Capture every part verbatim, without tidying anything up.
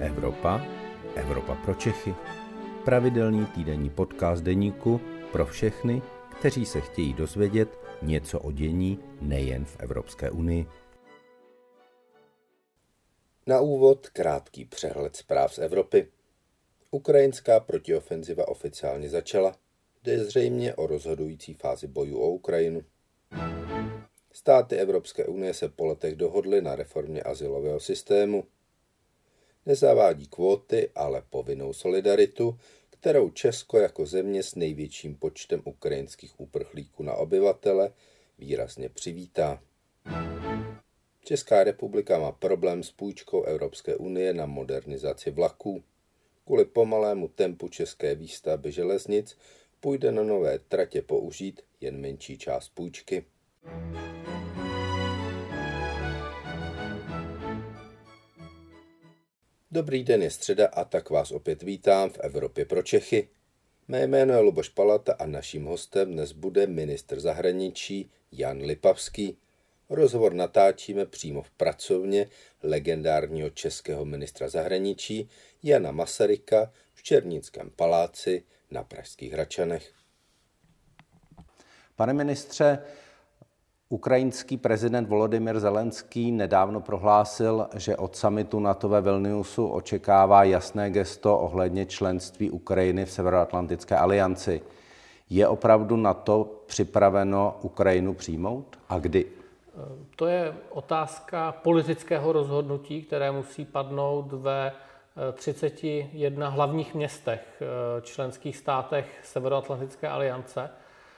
Evropa, Evropa pro Čechy. Pravidelný týdenní podcast deníku pro všechny, kteří se chtějí dozvědět něco o dění nejen v Evropské unii. Na úvod krátký přehled zpráv z Evropy. Ukrajinská protiofenziva oficiálně začala, jde zřejmě o rozhodující fázi bojů o Ukrajinu. Státy Evropské unie se po letech dohodly na reformě azylového systému. Nezavádí kvóty, ale povinnou solidaritu, kterou Česko jako země s největším počtem ukrajinských uprchlíků na obyvatele výrazně přivítá. Česká republika má problém s půjčkou Evropské unie na modernizaci vlaků. Kvůli pomalému tempu české výstavby železnic půjde na nové tratě použít jen menší část půjčky. Dobrý den, je středa a tak vás opět vítám v Evropě pro Čechy. Mé jméno je Luboš Palata a naším hostem dnes bude ministr zahraničí Jan Lipavský. Rozhovor natáčíme přímo v pracovně legendárního českého ministra zahraničí Jana Masaryka v Černínském paláci na pražských Hradčanech. Pane ministře, ukrajinský prezident Volodymyr Zelenský nedávno prohlásil, že od summitu NATO ve Vilniusu očekává jasné gesto ohledně členství Ukrajiny v Severoatlantické alianci. Je opravdu NATO připraveno Ukrajinu přijmout a kdy? To je otázka politického rozhodnutí, které musí padnout ve třiceti jednoho hlavních městech, členských státech Severoatlantické aliance.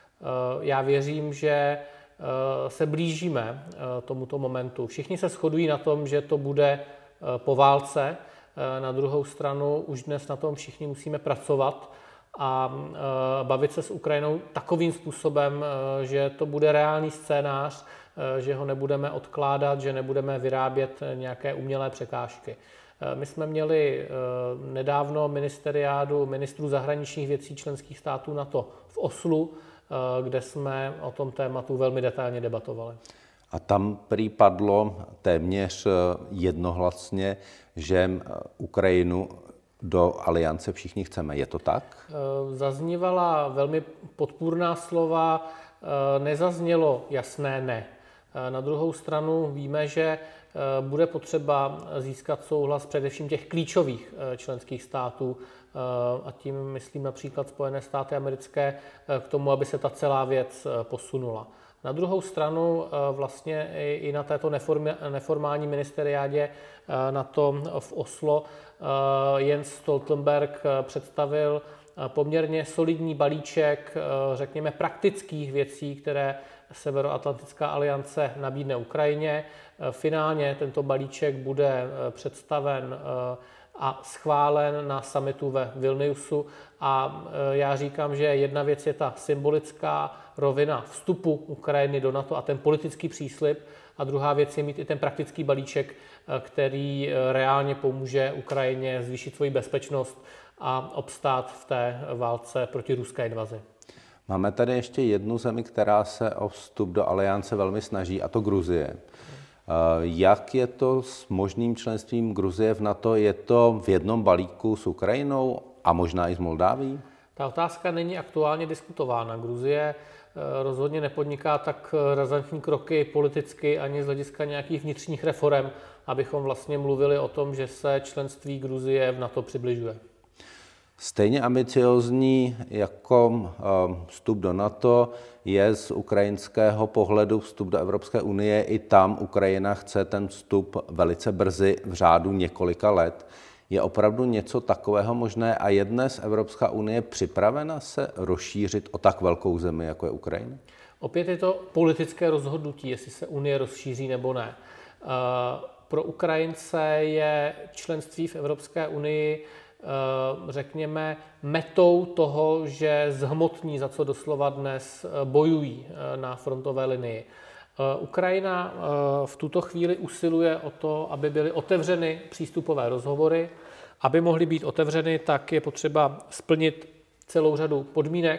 Já věřím, že se blížíme tomuto momentu. Všichni se shodují na tom, že to bude po válce. Na druhou stranu už dnes na tom všichni musíme pracovat a bavit se s Ukrajinou takovým způsobem, že to bude reálný scénář, že ho nebudeme odkládat, že nebudeme vyrábět nějaké umělé překážky. My jsme měli nedávno ministeriádu ministrů zahraničních věcí členských států NATO v Oslu, kde jsme o tom tématu velmi detailně debatovali. A tam prý padlo téměř jednohlasně, že Ukrajinu do aliance všichni chceme. Je to tak? Zaznívala velmi podpůrná slova, nezaznělo jasné ne. Na druhou stranu víme, že bude potřeba získat souhlas především těch klíčových členských států, a tím myslím například Spojené státy americké, k tomu, aby se ta celá věc posunula. Na druhou stranu vlastně i na této neformální ministeriádě NATO v Oslo Jens Stoltenberg představil poměrně solidní balíček, řekněme, praktických věcí, které Severoatlantická aliance nabídne Ukrajině. Finálně tento balíček bude představen a schválen na summitu ve Vilniusu. A já říkám, že jedna věc je ta symbolická rovina vstupu Ukrajiny do NATO a ten politický příslib, a druhá věc je mít i ten praktický balíček, který reálně pomůže Ukrajině zvýšit svoji bezpečnost a obstát v té válce proti ruské invazi. Máme tady ještě jednu zemi, která se o vstup do aliance velmi snaží, a to Gruzie. Jak je to s možným členstvím Gruzie v NATO? Je to v jednom balíku s Ukrajinou a možná i s Moldávií? Ta otázka není aktuálně diskutována. Gruzie rozhodně nepodniká tak razantní kroky politicky ani z hlediska nějakých vnitřních reforem, abychom vlastně mluvili o tom, že se členství Gruzie v NATO přibližuje. Stejně ambiciózní jako vstup do NATO je z ukrajinského pohledu vstup do Evropské unie. I tam Ukrajina chce ten vstup velice brzy, v řádu několika let. Je opravdu něco takového možné a je dnes Evropská unie připravena se rozšířit o tak velkou zemi, jako je Ukrajina? Opět je to politické rozhodnutí, jestli se unie rozšíří nebo ne. Pro Ukrajince je členství v Evropské unii, řekněme, metou toho, že zhmotní, za co doslova dnes bojují na frontové linii. Ukrajina v tuto chvíli usiluje o to, aby byly otevřeny přístupové rozhovory. Aby mohly být otevřeny, tak je potřeba splnit celou řadu podmínek.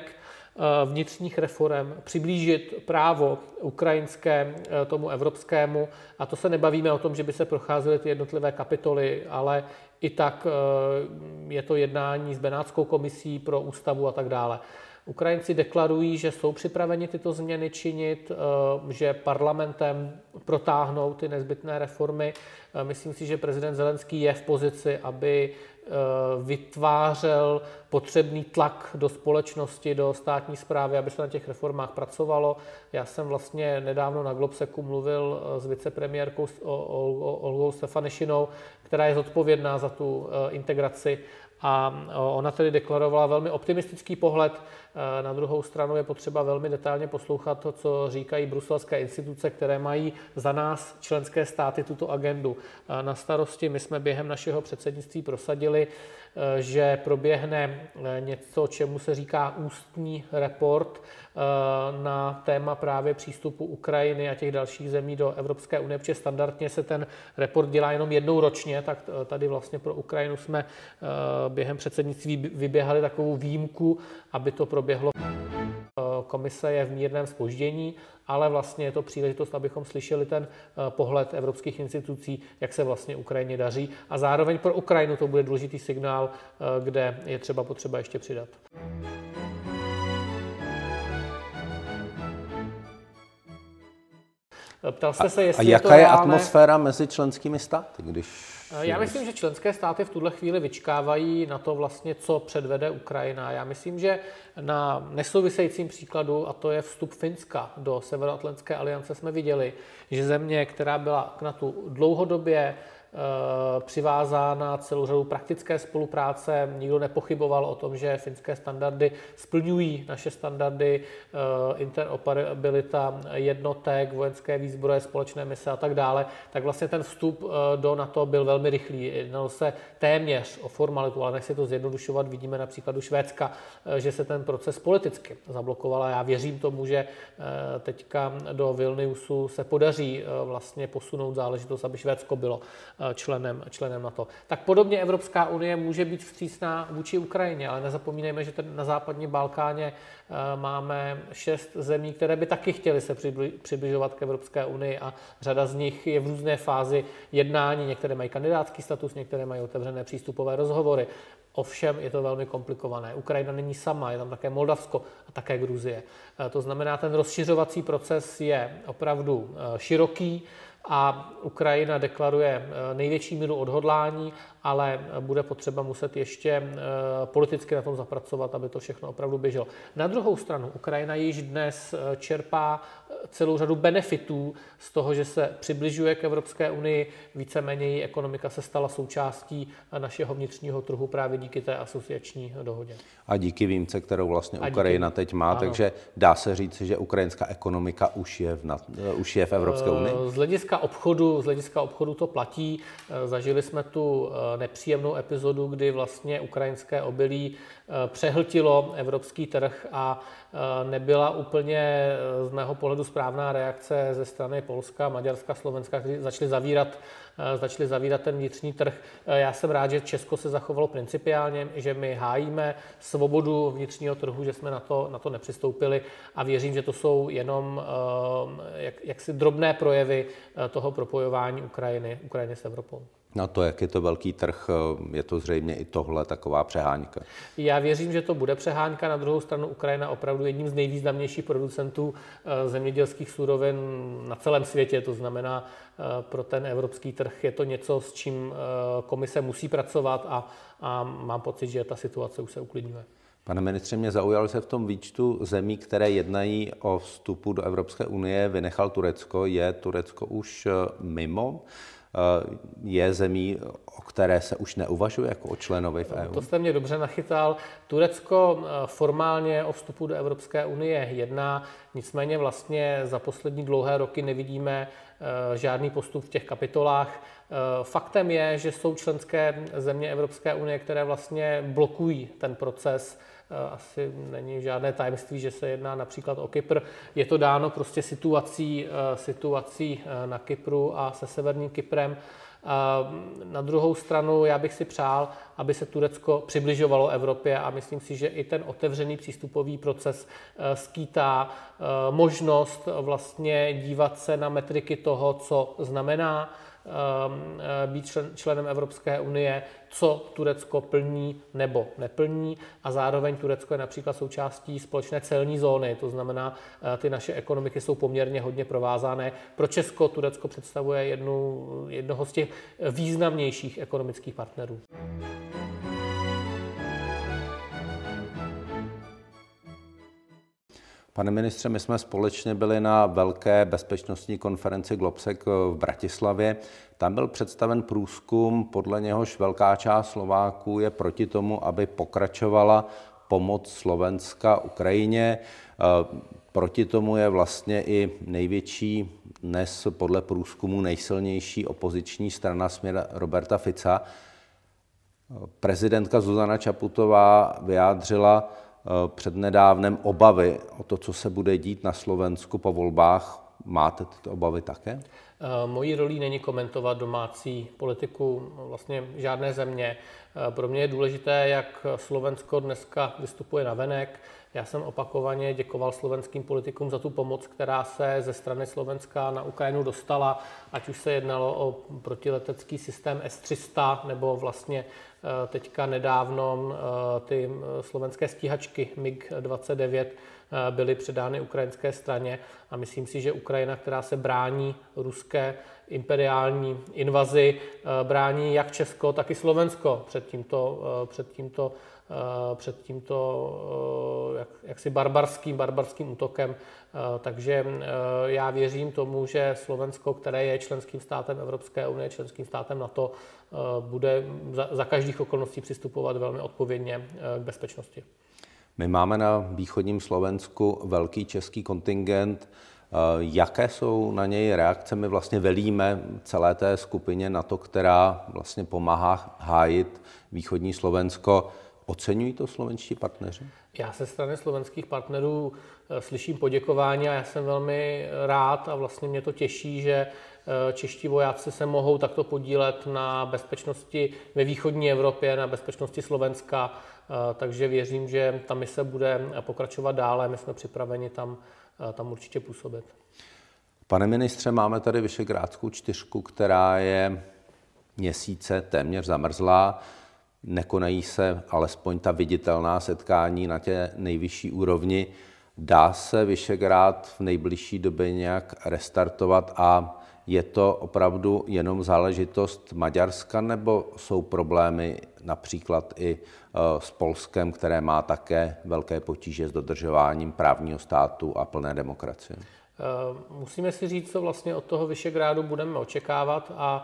vnitřních reforem, přiblížit právo ukrajinské tomu evropskému. A to se nebavíme o tom, že by se procházely ty jednotlivé kapitoly, ale i tak je to jednání s Benátskou komisí pro ústavu a tak dále. Ukrajinci deklarují, že jsou připraveni tyto změny činit, že parlamentem protáhnou ty nezbytné reformy. Myslím si, že prezident Zelenský je v pozici, aby vytvářel potřebný tlak do společnosti, do státní správy, aby se na těch reformách pracovalo. Já jsem vlastně nedávno na Globseku mluvil s vicepremiérkou Olgou Stefanišinou, která je zodpovědná za tu integraci. A ona tedy deklarovala velmi optimistický pohled. Na druhou stranu je potřeba velmi detailně poslouchat to, co říkají bruselské instituce, které mají za nás členské státy tuto agendu na starosti. My jsme během našeho předsednictví prosadili, že proběhne něco, čemu se říká ústní report na téma právě přístupu Ukrajiny a těch dalších zemí do Evropské unie, protože standardně se ten report dělá jenom jednou ročně, tak tady vlastně pro Ukrajinu jsme během předsednictví vyběhali takovou výjimku, aby to proběhlo. Komise je v mírném zpoždění, ale vlastně je to příležitost, abychom slyšeli ten pohled evropských institucí, jak se vlastně Ukrajině daří. A zároveň pro Ukrajinu to bude důležitý signál, kde je třeba potřeba ještě přidat. Ptal jste se, jestli a jaká je, je atmosféra mezi členskými státy, když... Já myslím, že členské státy v tuhle chvíli vyčkávají na to vlastně, co předvede Ukrajina. Já myslím, že na nesouvisejícím příkladu, a to je vstup Finska do Severoatlantické aliance, jsme viděli, že země, která byla k NATO dlouhodobě přivázána celou řadu praktické spolupráce. Nikdo nepochyboval o tom, že finské standardy splňují naše standardy, interoperabilita jednotek, vojenské výzbroje, společné mise a tak dále. Tak vlastně ten vstup do NATO byl velmi rychlý. Jednalo se téměř o formalitu, ale nechci to zjednodušovat. Vidíme na příkladu Švédska, že se ten proces politicky zablokoval. A já věřím tomu, že teďka do Vilniusu se podaří vlastně posunout záležitost, aby Švédsko bylo členem, členem NATO. Tak podobně Evropská unie může být vstřícná vůči Ukrajině, ale nezapomínejme, že na západním Balkáně máme šest zemí, které by taky chtěly se přibližovat k Evropské unii a řada z nich je v různé fázi jednání. Některé mají kandidátský status, některé mají otevřené přístupové rozhovory. Ovšem je to velmi komplikované. Ukrajina není sama, je tam také Moldavsko a také Gruzie. To znamená, ten rozšiřovací proces je opravdu široký a Ukrajina deklaruje největší míru odhodlání, ale bude potřeba muset ještě politicky na tom zapracovat, aby to všechno opravdu běželo. Na druhou stranu Ukrajina již dnes čerpá celou řadu benefitů z toho, že se přibližuje k Evropské unii. Víceméně její ekonomika se stala součástí našeho vnitřního trhu právě díky té asociační dohodě. A díky výjimce, kterou vlastně Ukrajina teď má, ano. Takže dá se říct, že ukrajinská ekonomika už je v, už je v Evropské unii? Z hlediska obchodu, z hlediska obchodu to platí. Zažili jsme tu nepříjemnou epizodu, kdy vlastně ukrajinské obilí přehltilo evropský trh a nebyla úplně z mého pohledu správná reakce ze strany Polska, Maďarska, Slovenska, kteří začali zavírat, začali zavírat ten vnitřní trh. Já jsem rád, že Česko se zachovalo principiálně, že my hájíme svobodu vnitřního trhu, že jsme na to, na to nepřistoupili a věřím, že to jsou jenom jak, jaksi drobné projevy toho propojování Ukrajiny, Ukrajiny s Evropou. No to, jak je to velký trh, je to zřejmě i tohle taková přehánka. Já věřím, že to bude přehánka. Na druhou stranu Ukrajina opravdu jedním z nejvýznamnějších producentů zemědělských surovin na celém světě. To znamená, pro ten evropský trh je to něco, s čím komise musí pracovat a, a mám pocit, že ta situace už se uklidňuje. Pane ministře, mě zaujalo se v tom výčtu zemí, které jednají o vstupu do Evropské unie, vynechal Turecko. Je Turecko už mimo? Je zemí, o které se už neuvažuje jako o členovi v E U? To jste mě dobře nachytal. Turecko formálně o vstupu do Evropské unie jedná, nicméně vlastně za poslední dlouhé roky nevidíme žádný postup v těch kapitolách. Faktem je, že jsou členské země Evropské unie, které vlastně blokují ten proces. Asi není žádné tajemství, že se jedná například o Kypr. Je to dáno prostě situací, situací na Kypru a se severním Kyprem. Na druhou stranu já bych si přál, aby se Turecko přibližovalo Evropě a myslím si, že i ten otevřený přístupový proces skýtá možnost vlastně dívat se na metriky toho, co znamená být člen, členem Evropské unie, co Turecko plní nebo neplní a zároveň Turecko je například součástí společné celní zóny, to znamená, ty naše ekonomiky jsou poměrně hodně provázané. Pro Česko Turecko představuje jednu, jednoho z těch významnějších ekonomických partnerů. Pane ministře, my jsme společně byli na velké bezpečnostní konferenci Globsec v Bratislavě. Tam byl představen průzkum, podle něhož velká část Slováků je proti tomu, aby pokračovala pomoc Slovenska Ukrajině. Proti tomu je vlastně i největší, dnes podle průzkumu nejsilnější opoziční strana Směr Roberta Fica. Prezidentka Zuzana Čaputová vyjádřila přednedávnem obavy o to, co se bude dít na Slovensku po volbách. Máte tyto obavy také? Mojí rolí není komentovat domácí politiku vlastně žádné země. Pro mě je důležité, jak Slovensko dneska vystupuje navenek. Já jsem opakovaně děkoval slovenským politikům za tu pomoc, která se ze strany Slovenska na Ukrajinu dostala, ať už se jednalo o protiletecký systém S tři sta nebo vlastně teďka nedávno ty slovenské stíhačky MiG dvacet devět byly předány ukrajinské straně a myslím si, že Ukrajina, která se brání ruské imperiální invazi, brání jak Česko, tak i Slovensko před tímto, před tímto, před tímto jak, jaksi barbarským, barbarským útokem. Takže já věřím tomu, že Slovensko, které je členským státem Evropské unie, členským státem NATO, bude za, za každých okolností přistupovat velmi odpovědně k bezpečnosti. My máme na východním Slovensku velký český kontingent. Jaké jsou na něj reakce? My vlastně velíme celé té skupině NATO, která vlastně pomáhá hájit východní Slovensko. Oceňují to slovenští partneři? Já se strany slovenských partnerů slyším poděkování a já jsem velmi rád a vlastně mě to těší, že čeští vojáci se mohou takto podílet na bezpečnosti ve východní Evropě, na bezpečnosti Slovenska, takže věřím, že ta mise bude pokračovat dále. My jsme připraveni tam, tam určitě působit. Pane ministře, máme tady Visegrádskou čtyřku, která je měsíce téměř zamrzlá. Nekonají se alespoň ta viditelná setkání na té nejvyšší úrovni. Dá se Visegrád v nejbližší době nějak restartovat a je to opravdu jenom záležitost Maďarska, nebo jsou problémy například i s Polskem, které má také velké potíže s dodržováním právního státu a plné demokracie? Musíme si říct, co vlastně od toho Visegrádu budeme očekávat a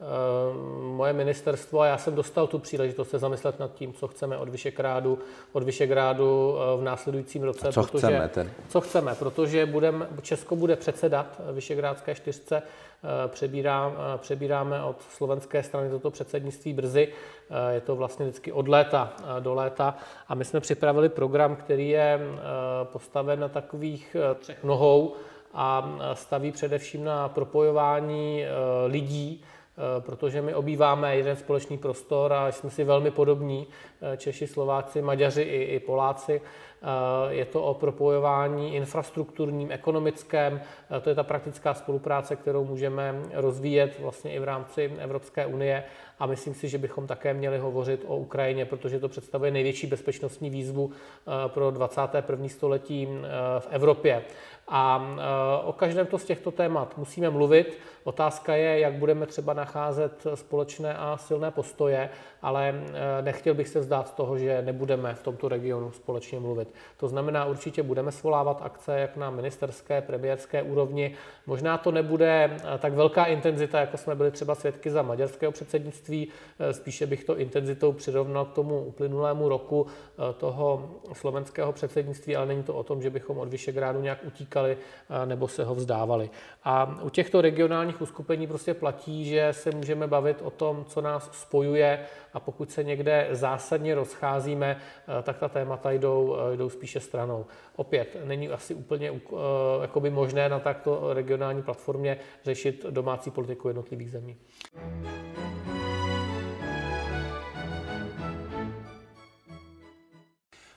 moje ministerstvo, a já jsem dostal tu příležitost se zamyslet nad tím, co chceme od Visegrádu, od Visegrádu v následujícím roce. A co protože, chceme ten? Co chceme, protože budem, Česko bude předsedat Visegrádské čtyřce, přebírá, přebíráme od slovenské strany toto předsednictví brzy, je to vlastně vždycky od léta do léta a my jsme připravili program, který je postaven na takových třech nohou a staví především na propojování lidí, protože my obýváme jeden společný prostor a jsme si velmi podobní, Češi, Slováci, Maďaři i, i Poláci. Je to o propojování infrastrukturním, ekonomickém, to je ta praktická spolupráce, kterou můžeme rozvíjet vlastně i v rámci Evropské unie a myslím si, že bychom také měli hovořit o Ukrajině, protože to představuje největší bezpečnostní výzvu pro dvacáté první století v Evropě. A o každém to z těchto témat musíme mluvit. Otázka je, jak budeme třeba nacházet společné a silné postoje, ale nechtěl bych se vzdát z toho, že nebudeme v tomto regionu společně mluvit. To znamená, určitě budeme svolávat akce jak na ministerské, premiérské úrovni. Možná to nebude tak velká intenzita, jako jsme byli třeba svědky za maďarského předsednictví. Spíše bych to intenzitou přirovnal k tomu uplynulému roku toho slovenského předsednictví, ale není to o tom, že bychom od Visegrádu nějak utíkali nebo se ho vzdávali. A u těchto regionálních uskupení prostě platí, že se můžeme bavit o tom, co nás spojuje a pokud se někde zásadně rozcházíme, tak ta témata jdou, jdou spíše stranou. Opět, není asi úplně jakoby možné na takto regionální platformě řešit domácí politiku jednotlivých zemí.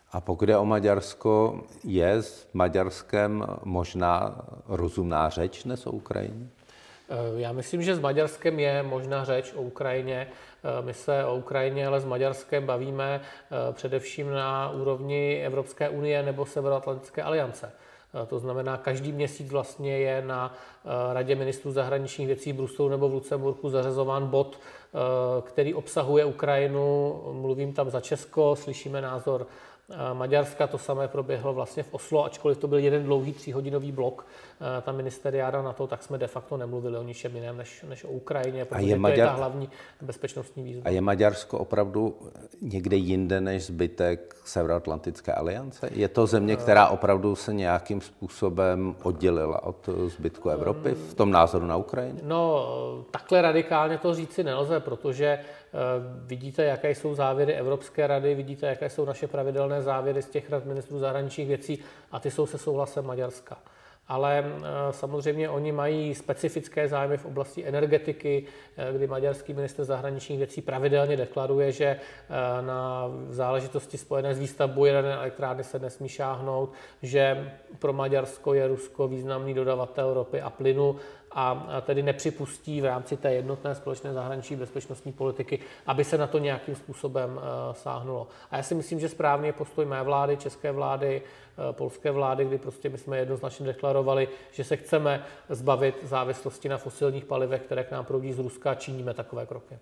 A pokud je o Maďarsko, je s Maďarskem možná rozumná řeč dnes o Ukrajině? Já myslím, že s Maďarskem je možná řeč o Ukrajině. My se o Ukrajině ale s Maďarskem bavíme především na úrovni Evropské unie nebo Severoatlantické aliance. To znamená, každý měsíc vlastně je na Radě ministrů zahraničních věcí v Bruselu nebo v Lucemburku zařazován bod, který obsahuje Ukrajinu. Mluvím tam za Česko, slyšíme názor Maďarska, to samé proběhlo vlastně v Oslo, ačkoliv to byl jeden dlouhý tříhodinový blok, ta ministeriáda na to, tak jsme de facto nemluvili o ničem jiném než, než o Ukrajině, protože je to Maďar... je ta hlavní bezpečnostní výzva. A je Maďarsko opravdu někde jinde než zbytek Severoatlantické aliance? Je to země, která opravdu se nějakým způsobem oddělila od zbytku Evropy v tom názoru na Ukrajinu? No, takhle radikálně to říci nelze, protože vidíte, jaké jsou závěry Evropské rady, vidíte, jaké jsou naše pravidelné závěry z těch rad ministrů zahraničních věcí a ty jsou se souhlasem Maďarska. Ale samozřejmě oni mají specifické zájmy v oblasti energetiky, kdy maďarský ministr zahraničních věcí pravidelně deklaruje, že na záležitosti spojené s výstavbou jaderné elektrárny se nesmí šáhnout, že pro Maďarsko je Rusko významný dodavatel ropy a plynu a tedy nepřipustí v rámci té jednotné společné zahraniční bezpečnostní politiky, aby se na to nějakým způsobem sáhnulo. A já si myslím, že správný je postoj mé vlády, české vlády, polské vlády, kdy prostě my jsme jednoznačně deklarovali, že se chceme zbavit závislosti na fosilních palivech, které k nám proudí z Ruska, a činíme takové kroky.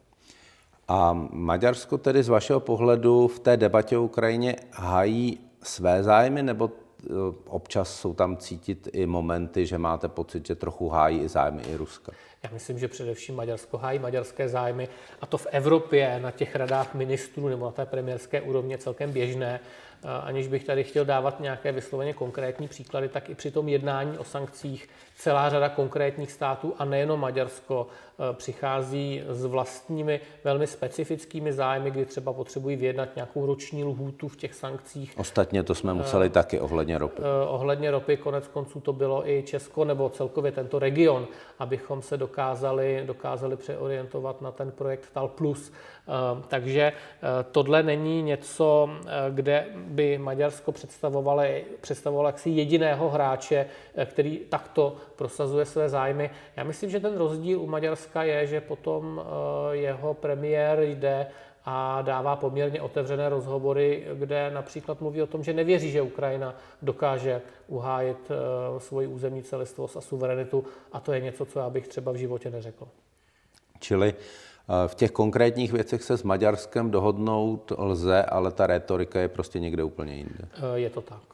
A Maďarsko tedy z vašeho pohledu v té debatě o Ukrajině hájí své zájmy, nebo občas jsou tam cítit i momenty, že máte pocit, že trochu hájí i zájmy i Ruska? Já myslím, že především Maďarsko hájí maďarské zájmy, a to v Evropě na těch radách ministrů nebo na té premiérské úrovni je celkem běžné. Aniž bych tady chtěl dávat nějaké vysloveně konkrétní příklady, tak i při tom jednání o sankcích celá řada konkrétních států a nejenom Maďarsko přichází s vlastními velmi specifickými zájmy, kdy třeba potřebují vyjednat nějakou roční lhůtu v těch sankcích. Ostatně to jsme museli uh, taky ohledně ropy. Uh, ohledně ropy, konec konců to bylo i Česko nebo celkově tento region, abychom se dokázali, dokázali přeorientovat na ten projekt Tal Plus. Uh, takže uh, tohle není něco, uh, kde by Maďarsko představovalo, představovalo jaksi jediného hráče, který takto prosazuje své zájmy. Já myslím, že ten rozdíl u Maďarska je, že potom jeho premiér jde a dává poměrně otevřené rozhovory, kde například mluví o tom, že nevěří, že Ukrajina dokáže uhájit svoji územní celistvost a suverenitu, a to je něco, co já bych třeba v životě neřekl. Čili v těch konkrétních věcech se s Maďarskem dohodnout lze, ale ta rétorika je prostě někde úplně jinde. Je to tak.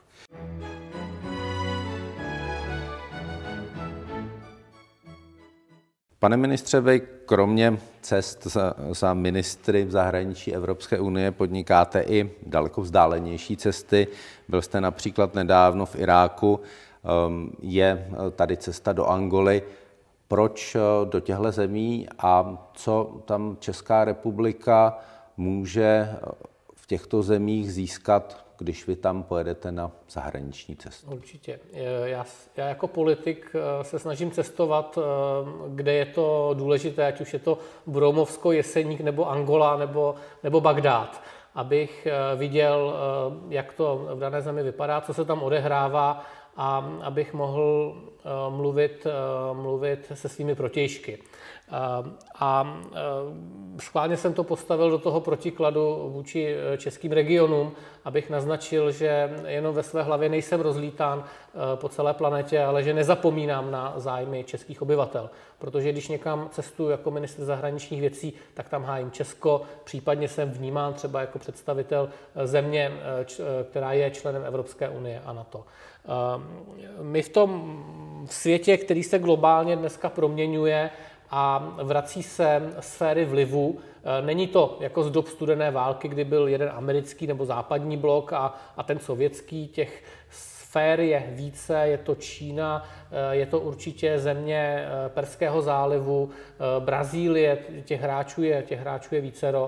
Pane ministře, vy kromě cest za, za ministry v zahraničí Evropské unie podnikáte i daleko vzdálenější cesty. Byl jste například nedávno v Iráku, je tady cesta do Angoly. Proč do těchto zemí a co tam Česká republika může v těchto zemích získat, když vy tam pojedete na zahraniční cestu? Určitě. Já, já jako politik se snažím cestovat, kde je to důležité, ať už je to Broumovsko, Jeseník nebo Angola nebo, nebo Bagdád, abych viděl, jak to v dané zemi vypadá, co se tam odehrává, a abych mohl mluvit, mluvit se svými protějšky. A schválně jsem to postavil do toho protikladu vůči českým regionům, abych naznačil, že jenom ve své hlavě nejsem rozlítán po celé planetě, ale že nezapomínám na zájmy českých obyvatel. Protože když někam cestuju jako ministr zahraničních věcí, tak tam hájím Česko, případně jsem vnímán třeba jako představitel země, která je členem Evropské unie a NATO. My v tom světě, který se globálně dneska proměňuje a vrací se sféry vlivu, není to jako z dob studené války, kdy byl jeden americký nebo západní blok a, a ten sovětský, těch sfér je více, je to Čína, je to určitě země Perského zálivu, Brazílie, těch hráčů je, těch hráčů je vícero.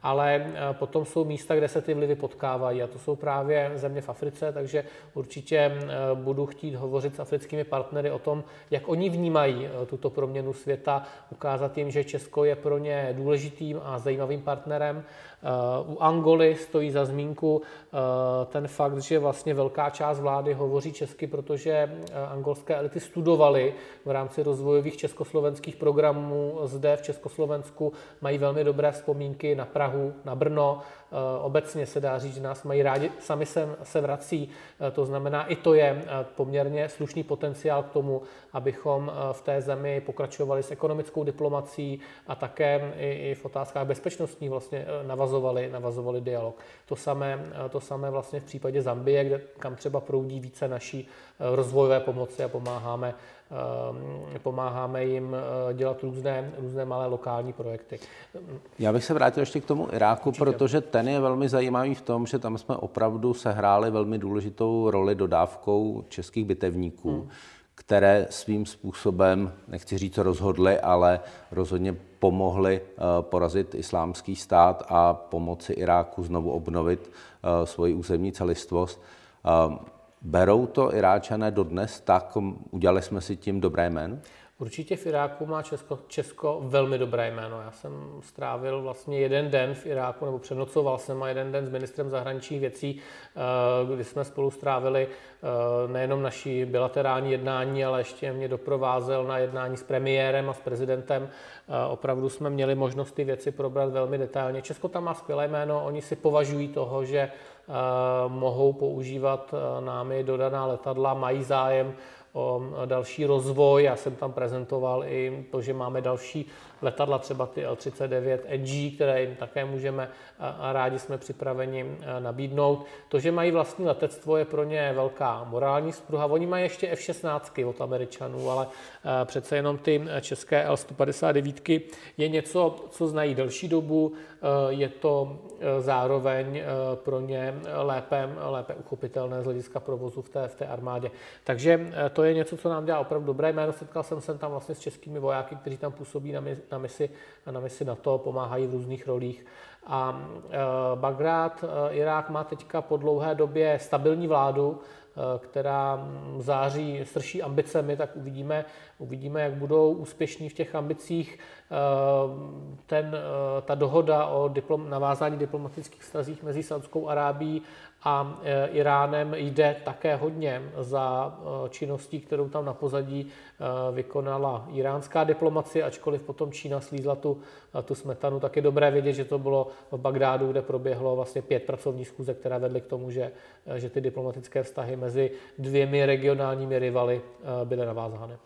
ale potom jsou místa, kde se ty vlivy potkávají a to jsou právě země v Africe, takže určitě budu chtít hovořit s africkými partnery o tom, jak oni vnímají tuto proměnu světa, ukázat jim, že Česko je pro ně důležitým a zajímavým partnerem. U Angoly stojí za zmínku ten fakt, že vlastně velká část vlády hovoří česky, protože angolské elity studovaly v rámci rozvojových československých programů zde v Československu, mají velmi dobré vzpomínky na Prahu, na Brno. Obecně se dá říct, že nás mají rádi, sami se, se vrací. To znamená, i to je poměrně slušný potenciál k tomu, abychom v té zemi pokračovali s ekonomickou diplomací a také i, i v otázkách bezpečnostní vlastně navazovali, navazovali dialog. To samé, to samé vlastně v případě Zambie, kde, kam třeba proudí více naší rozvojové pomoci a pomáháme, pomáháme jim dělat různé, různé malé lokální projekty. Já bych se vrátil ještě k tomu Iráku, určitě, protože ten je velmi zajímavý v tom, že tam jsme opravdu sehráli velmi důležitou roli dodávkou českých bitevníků, hmm. které svým způsobem, nechci říct rozhodly, ale rozhodně pomohly porazit islámský stát a pomoci Iráku znovu obnovit svoji územní celistvost. Berou to Iráčané dodnes, tak udělali jsme si tím dobré jméno? Určitě v Iráku má Česko, Česko velmi dobré jméno. Já jsem strávil vlastně jeden den v Iráku, nebo přenocoval jsem a jeden den s ministrem zahraničních věcí, kdy jsme spolu strávili nejenom naší bilaterální jednání, ale ještě mě doprovázel na jednání s premiérem a s prezidentem. Opravdu jsme měli možnost ty věci probrat velmi detailně. Česko tam má skvělé jméno, oni si považují toho, že mohou používat námi dodaná letadla, mají zájem o další rozvoj. Já jsem tam prezentoval i to, že máme další letadla, třeba ty L třicet devět N G, které jim také můžeme a rádi jsme připraveni nabídnout. To, že mají vlastní letectvo, je pro ně velká morální spruha. Oni mají ještě F šestnáct od Američanů, ale přece jenom ty české L sto padesát devět je něco, co znají delší dobu. Je to zároveň pro ně lépe, lépe uchopitelné z hlediska provozu v té, v té armádě. Takže to je něco, co nám dělá opravdu dobré jméno. Setkal jsem se tam vlastně s českými vojáky, kteří tam působí na, na misi, na misi NATO, pomáhají v různých rolích. A e, Bagdád, e, Irák má teďka po dlouhé době stabilní vládu, e, která září srší ambicemi, tak uvidíme, uvidíme, jak budou úspěšní v těch ambicích. E, ten, e, ta dohoda o diplom, navázání diplomatických vztazích mezi Saudskou Arábií a e, Iránem jde také hodně za e, činností, kterou tam na pozadí e, vykonala iránská diplomacie, ačkoliv potom Čína slízla tu, tu smetanu. Tak je dobré vědět, že to bylo v Bagdádu, kde proběhlo vlastně pět pracovních schůzek, které vedly k tomu, že, že ty diplomatické vztahy mezi dvěmi regionálními rivaly e, byly navázány.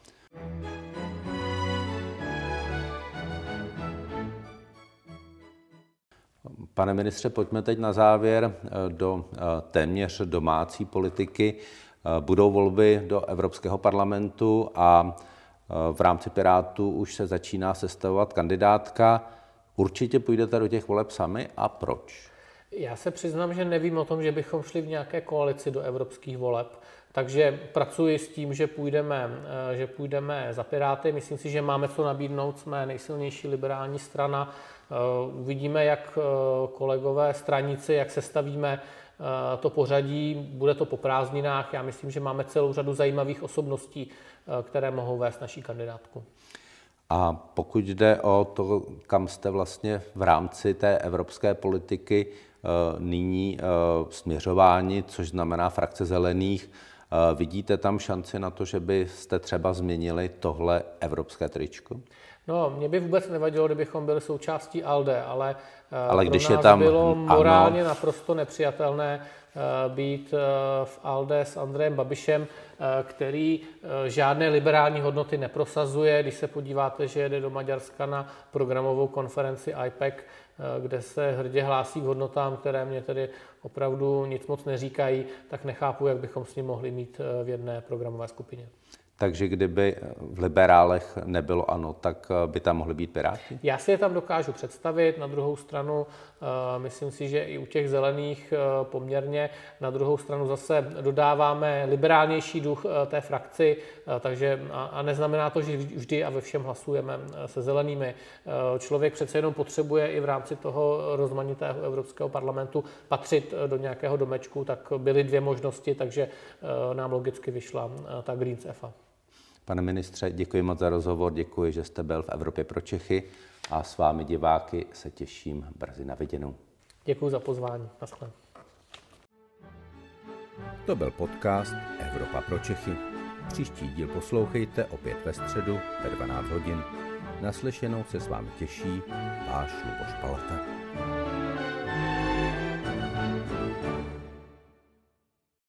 Pane ministře, pojďme teď na závěr do téměř domácí politiky. Budou volby do Evropského parlamentu a v rámci Pirátů už se začíná sestavovat kandidátka. Určitě půjdete do těch voleb sami a proč? Já se přiznám, že nevím o tom, že bychom šli v nějaké koalici do evropských voleb. Takže pracuji s tím, že půjdeme, že půjdeme za Piráty. Myslím si, že máme co nabídnout, jsme nejsilnější liberální strana. Uvidíme, jak kolegové straníci, jak sestavíme to pořadí. Bude to po prázdninách. Já myslím, že máme celou řadu zajímavých osobností, které mohou vést naší kandidátku. A pokud jde o to, kam jste vlastně v rámci té evropské politiky nyní směřováni, což znamená frakce Zelených, vidíte tam šanci na to, že byste třeba změnili tohle evropské tričko? No, mě by vůbec nevadilo, kdybychom byli součástí ALDE, ale, ale pro když nás je tam, bylo morálně ano. naprosto nepřijatelné být v ALDE s Andrejem Babišem, který žádné liberální hodnoty neprosazuje. Když se podíváte, že jede do Maďarska na programovou konferenci I P E C, kde se hrdě hlásí k hodnotám, které mě tedy opravdu nic moc neříkají, tak nechápu, jak bychom s ním mohli mít v jedné programové skupině. Takže kdyby v liberálech nebylo ANO, tak by tam mohli být Piráti? Já si je tam dokážu představit. Na druhou stranu myslím si, že i u těch zelených poměrně. Na druhou stranu zase dodáváme liberálnější duch té frakci, takže a neznamená to, že vždy a ve všem hlasujeme se zelenými. Člověk přece jenom potřebuje i v rámci toho rozmanitého Evropského parlamentu patřit do nějakého domečku, tak byly dvě možnosti, takže nám logicky vyšla ta Greens F A. Pane ministře, děkuji moc za rozhovor, děkuji, že jste byl v Evropě pro Čechy a s vámi diváky se těším brzy na viděnou. Děkuji za pozvání. Naschle. To byl podcast Evropa pro Čechy. Příští díl poslouchejte opět ve středu ve dvanáct hodin. Naslyšenou se s vámi těší váš Luboš Palata.